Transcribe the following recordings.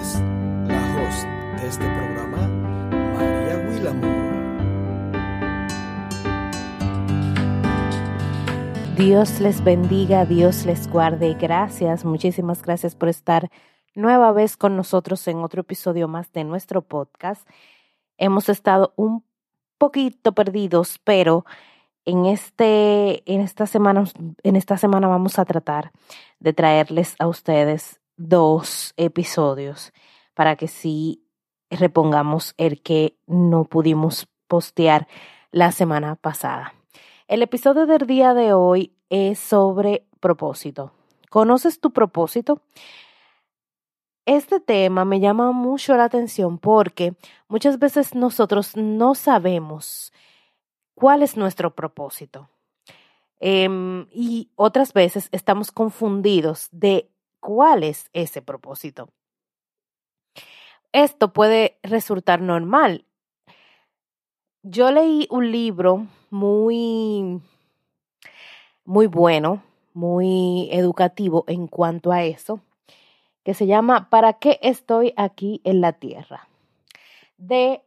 ustedes la host de este programa, María Guilamo. Dios les bendiga, Dios les guarde. Gracias, muchísimas gracias por estar nueva vez con nosotros en otro episodio más de nuestro podcast. Hemos estado un poquito perdidos, pero en esta semana vamos a tratar de traerles a ustedes 2 episodios para que sí repongamos el que no pudimos postear la semana pasada. El episodio del día de hoy es sobre propósito. ¿Conoces tu propósito? Este tema me llama mucho la atención porque muchas veces nosotros no sabemos cuál es nuestro propósito. Y otras veces estamos confundidos de cuál es ese propósito. Esto puede resultar normal. Yo leí un libro muy bueno, muy educativo en cuanto a eso, que se llama ¿Para qué estoy aquí en la tierra? De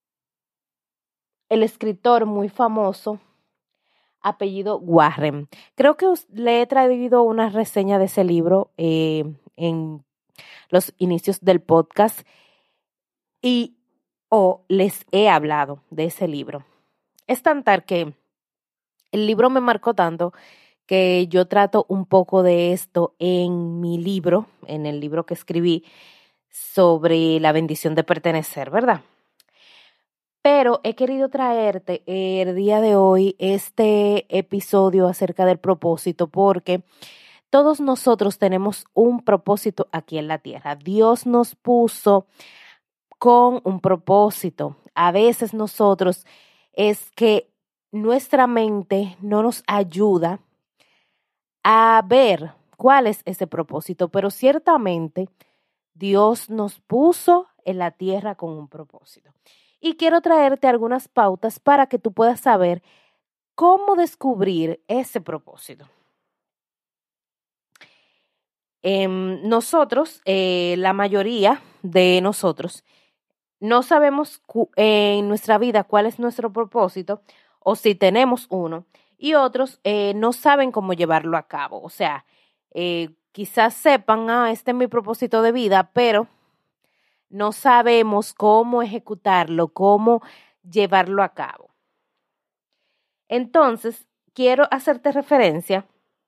el escritor muy famoso, apellido Warren. Creo que le he traído una reseña de ese libro en los inicios del podcast o les he hablado de ese libro. Es tan tal que el libro me marcó tanto que yo trato un poco de esto en mi libro, en el libro que escribí sobre la bendición de pertenecer, ¿verdad? Pero he querido traerte el día de hoy este episodio acerca del propósito porque todos nosotros tenemos un propósito aquí en la tierra. Dios nos puso con un propósito. A veces nosotros es que nuestra mente no nos ayuda a ver cuál es ese propósito, pero ciertamente Dios nos puso en la tierra con un propósito. Y quiero traerte algunas pautas para que tú puedas saber cómo descubrir ese propósito. Nosotros, la mayoría de nosotros, no sabemos en nuestra vida cuál es nuestro propósito o si tenemos uno, y otros no saben cómo llevarlo a cabo. O sea, quizás sepan, este es mi propósito de vida, pero no sabemos cómo ejecutarlo, cómo llevarlo a cabo. Entonces, quiero hacerte referencia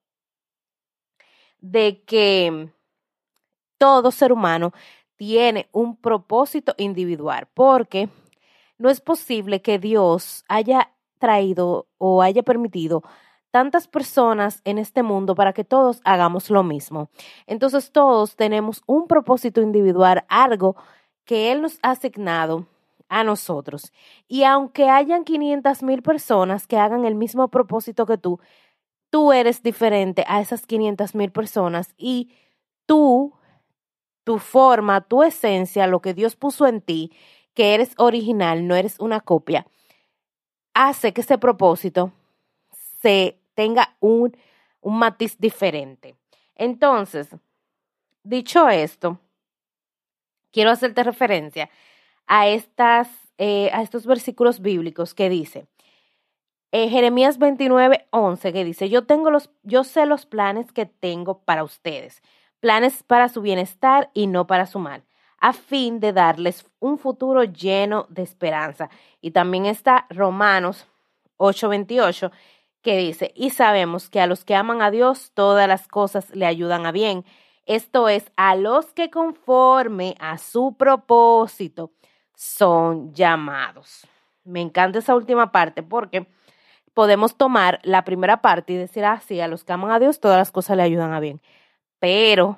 de que todo ser humano tiene un propósito individual, porque no es posible que Dios haya traído o haya permitido tantas personas en este mundo para que todos hagamos lo mismo. Entonces todos tenemos un propósito individual, algo que Él nos ha asignado a nosotros. Y aunque hayan 500,000 personas que hagan el mismo propósito que tú eres diferente a esas 500,000 personas y tu forma, tu esencia, lo que Dios puso en ti, que eres original, no eres una copia, hace que ese propósito se tenga un matiz diferente. Entonces, dicho esto, quiero hacerte referencia a estos versículos bíblicos que dice, Jeremías 29:11, que dice, yo sé los planes que tengo para ustedes, planes para su bienestar y no para su mal, a fin de darles un futuro lleno de esperanza. Y también está Romanos 8:28, que dice, y sabemos que a los que aman a Dios, todas las cosas le ayudan a bien. Esto es, a los que conforme a su propósito son llamados. Me encanta esa última parte porque podemos tomar la primera parte y decir, sí, a los que aman a Dios, todas las cosas le ayudan a bien. Pero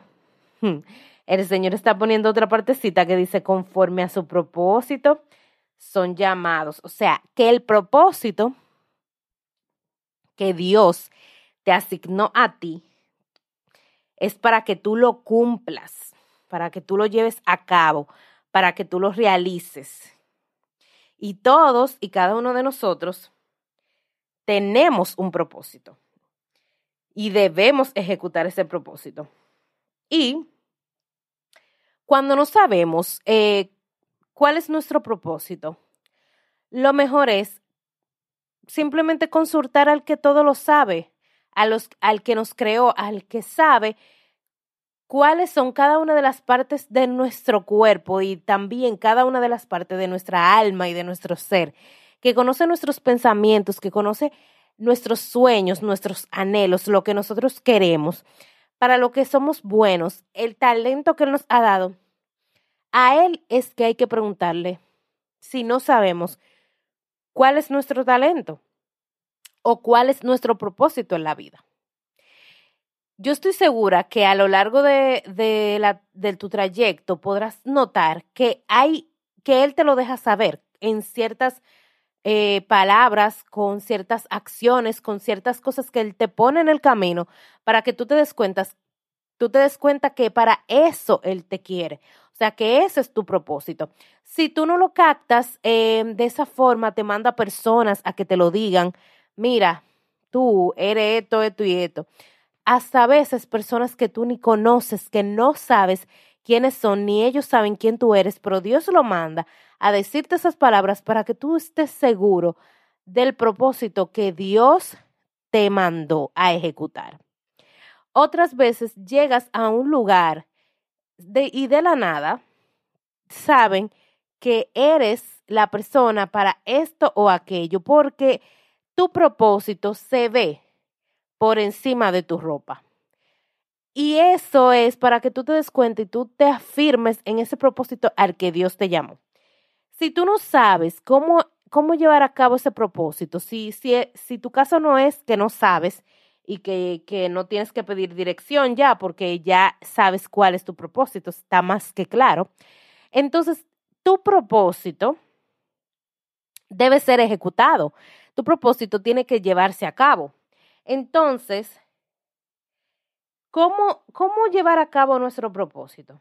el Señor está poniendo otra partecita que dice, conforme a su propósito, son llamados. O sea, que el propósito que Dios te asignó a ti es para que tú lo cumplas, para que tú lo lleves a cabo, para que tú lo realices. Y todos y cada uno de nosotros tenemos un propósito y debemos ejecutar ese propósito. ¿Y cuando no sabemos cuál es nuestro propósito, lo mejor es simplemente consultar al que todo lo sabe, al que nos creó, al que sabe cuáles son cada una de las partes de nuestro cuerpo y también cada una de las partes de nuestra alma y de nuestro ser, que conoce nuestros pensamientos, que conoce nuestros sueños, nuestros anhelos, lo que nosotros queremos, para lo que somos buenos, el talento que Él nos ha dado. A Él es que hay que preguntarle si no sabemos cuál es nuestro talento o cuál es nuestro propósito en la vida. Yo estoy segura que a lo largo de tu trayecto podrás notar que Él te lo deja saber en ciertas palabras, con ciertas acciones, con ciertas cosas que Él te pone en el camino para que tú te des cuenta que para eso Él te quiere. O sea, que ese es tu propósito. Si tú no lo captas de esa forma, te manda personas a que te lo digan, mira, tú eres esto, esto y esto. Hasta a veces personas que tú ni conoces, que no sabes quiénes son, ni ellos saben quién tú eres, pero Dios lo manda a decirte esas palabras para que tú estés seguro del propósito que Dios te mandó a ejecutar. Otras veces llegas a un lugar y de la nada saben que eres la persona para esto o aquello, porque tu propósito se ve por encima de tu ropa. Y eso es para que tú te des cuenta y tú te afirmes en ese propósito al que Dios te llamó. Si tú no sabes cómo llevar a cabo ese propósito, si tu caso no es que no sabes y que no tienes que pedir dirección ya, porque ya sabes cuál es tu propósito, está más que claro, entonces tu propósito debe ser ejecutado. Tu propósito tiene que llevarse a cabo. Entonces, ¿cómo llevar a cabo nuestro propósito?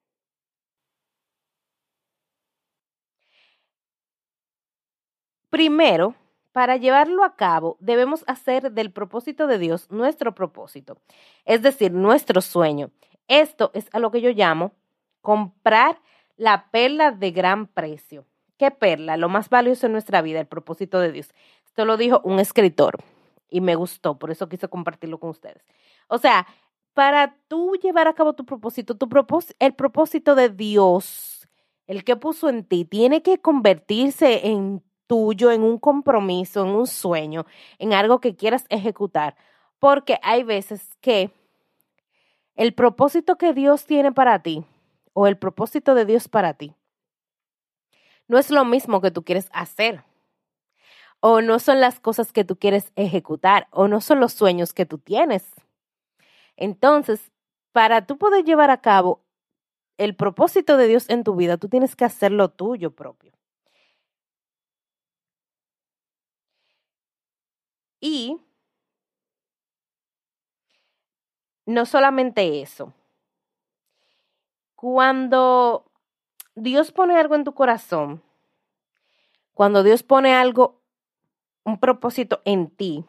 Primero, para llevarlo a cabo, debemos hacer del propósito de Dios nuestro propósito, es decir, nuestro sueño. Esto es a lo que yo llamo comprar la perla de gran precio. ¿Qué perla? Lo más valioso en nuestra vida, el propósito de Dios. Esto lo dijo un escritor y me gustó, por eso quise compartirlo con ustedes. O sea, para tú llevar a cabo el propósito de Dios, el que puso en ti, tiene que convertirse en tuyo, en un compromiso, en un sueño, en algo que quieras ejecutar. Porque hay veces que el propósito que Dios tiene para ti o el propósito de Dios para ti no es lo mismo que tú quieres hacer o no son las cosas que tú quieres ejecutar o no son los sueños que tú tienes. Entonces, para tú poder llevar a cabo el propósito de Dios en tu vida, tú tienes que hacer lo tuyo propio. Y no solamente eso. Cuando Dios pone algo en tu corazón, cuando Dios pone algo, un propósito en ti,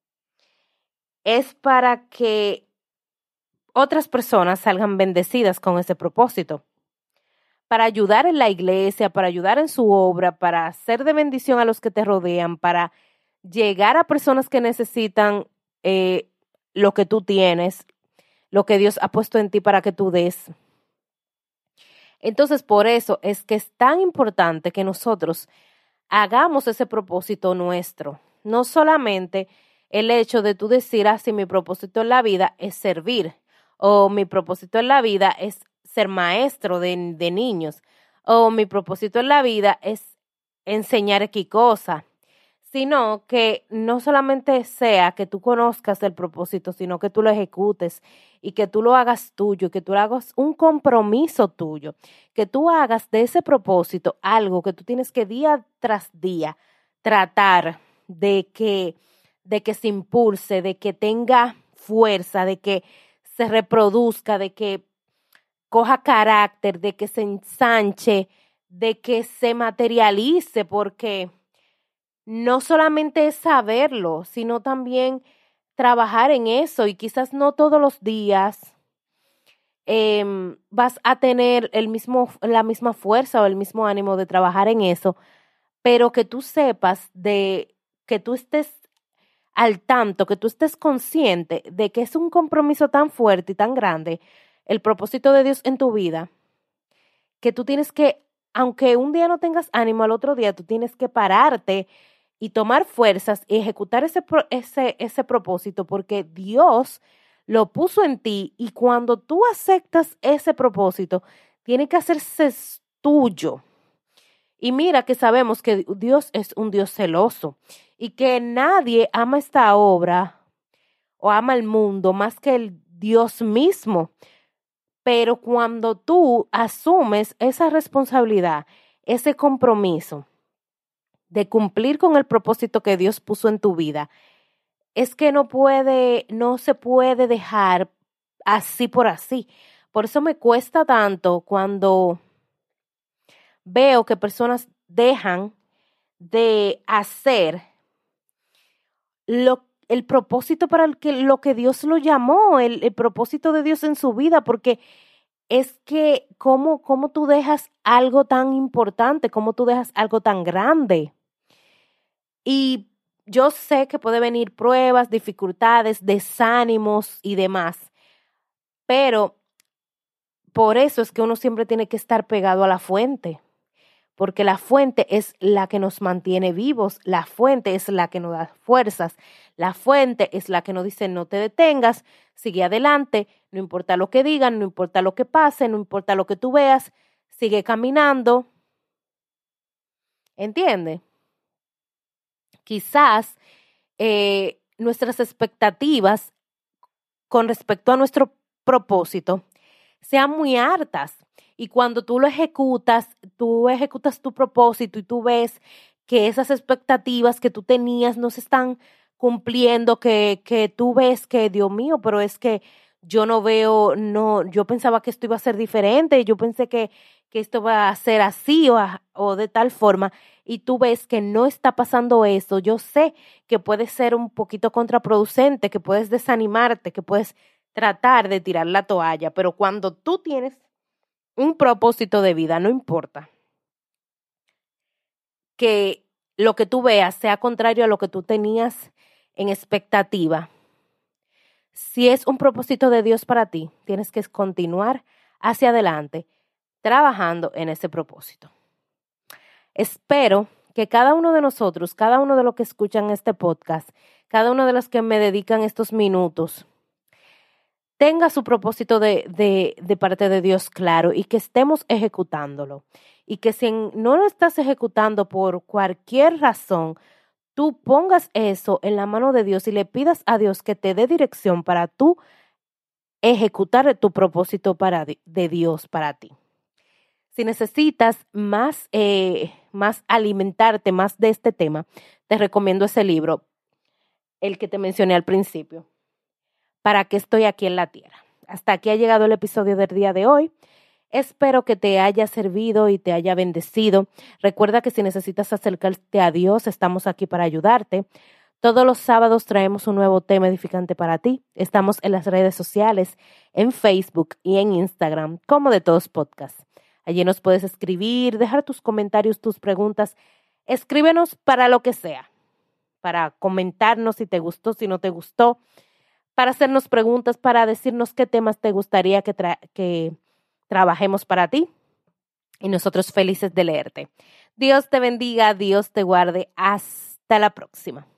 es para que otras personas salgan bendecidas con ese propósito, para ayudar en la iglesia, para ayudar en su obra, para ser de bendición a los que te rodean, para llegar a personas que necesitan lo que tú tienes, lo que Dios ha puesto en ti para que tú des. Entonces, por eso es que es tan importante que nosotros hagamos ese propósito nuestro. No solamente el hecho de tú decir, si mi propósito en la vida es servir, o mi propósito en la vida es ser maestro de niños, o mi propósito en la vida es enseñar X cosa, sino que no solamente sea que tú conozcas el propósito, sino que tú lo ejecutes y que tú lo hagas tuyo, que tú lo hagas un compromiso tuyo, que tú hagas de ese propósito algo que tú tienes que día tras día tratar de que se impulse, de que tenga fuerza, de que se reproduzca, de que coja carácter, de que se ensanche, de que se materialice, porque no solamente es saberlo, sino también trabajar en eso y quizás no todos los días vas a tener la misma fuerza o el mismo ánimo de trabajar en eso, pero que tú sepas que tú estés al tanto, que tú estés consciente de que es un compromiso tan fuerte y tan grande, el propósito de Dios en tu vida, que tú tienes que, aunque un día no tengas ánimo, al otro día tú tienes que pararte y tomar fuerzas y ejecutar ese propósito, porque Dios lo puso en ti y cuando tú aceptas ese propósito, tiene que hacerse tuyo. Y mira que sabemos que Dios es un Dios celoso y que nadie ama esta obra o ama el mundo más que el Dios mismo. Pero cuando tú asumes esa responsabilidad, ese compromiso de cumplir con el propósito que Dios puso en tu vida, es que no se puede dejar así por así. Por eso me cuesta tanto cuando veo que personas dejan de hacer el propósito para lo que Dios lo llamó, el propósito de Dios en su vida, porque es que cómo tú dejas algo tan importante, cómo tú dejas algo tan grande. Y yo sé que puede venir pruebas, dificultades, desánimos y demás, pero por eso es que uno siempre tiene que estar pegado a la fuente, porque la fuente es la que nos mantiene vivos, la fuente es la que nos da fuerzas, la fuente es la que nos dice no te detengas, sigue adelante, no importa lo que digan, no importa lo que pase, no importa lo que tú veas, sigue caminando. ¿Entiendes? Quizás nuestras expectativas con respecto a nuestro propósito sean muy hartas. Y cuando tú ejecutas tu propósito y tú ves que esas expectativas que tú tenías no se están cumpliendo, que tú ves que, Dios mío, pero es que yo no veo, no, yo pensaba que esto iba a ser diferente, yo pensé que esto va a ser así o de tal forma, y tú ves que no está pasando eso, yo sé que puede ser un poquito contraproducente, que puedes desanimarte, que puedes tratar de tirar la toalla, pero cuando tú tienes un propósito de vida, no importa que lo que tú veas sea contrario a lo que tú tenías en expectativa. Si es un propósito de Dios para ti, tienes que continuar hacia adelante trabajando en ese propósito. Espero que cada uno de nosotros, cada uno de los que escuchan este podcast, cada uno de los que me dedican estos minutos, tenga su propósito de parte de Dios claro y que estemos ejecutándolo. Y que si no lo estás ejecutando por cualquier razón, tú pongas eso en la mano de Dios y le pidas a Dios que te dé dirección para tú ejecutar tu propósito de Dios para ti. Si necesitas más alimentarte más de este tema, te recomiendo ese libro, el que te mencioné al principio. ¿Para qué estoy aquí en la tierra? Hasta aquí ha llegado el episodio del día de hoy. Espero que te haya servido y te haya bendecido. Recuerda que si necesitas acercarte a Dios, estamos aquí para ayudarte. Todos los sábados traemos un nuevo tema edificante para ti. Estamos en las redes sociales, en Facebook y en Instagram, como de todos podcasts. Allí nos puedes escribir, dejar tus comentarios, tus preguntas. Escríbenos para lo que sea, para comentarnos si te gustó, si no te gustó, para hacernos preguntas, para decirnos qué temas te gustaría que trabajemos para ti. Y nosotros felices de leerte. Dios te bendiga, Dios te guarde. Hasta la próxima.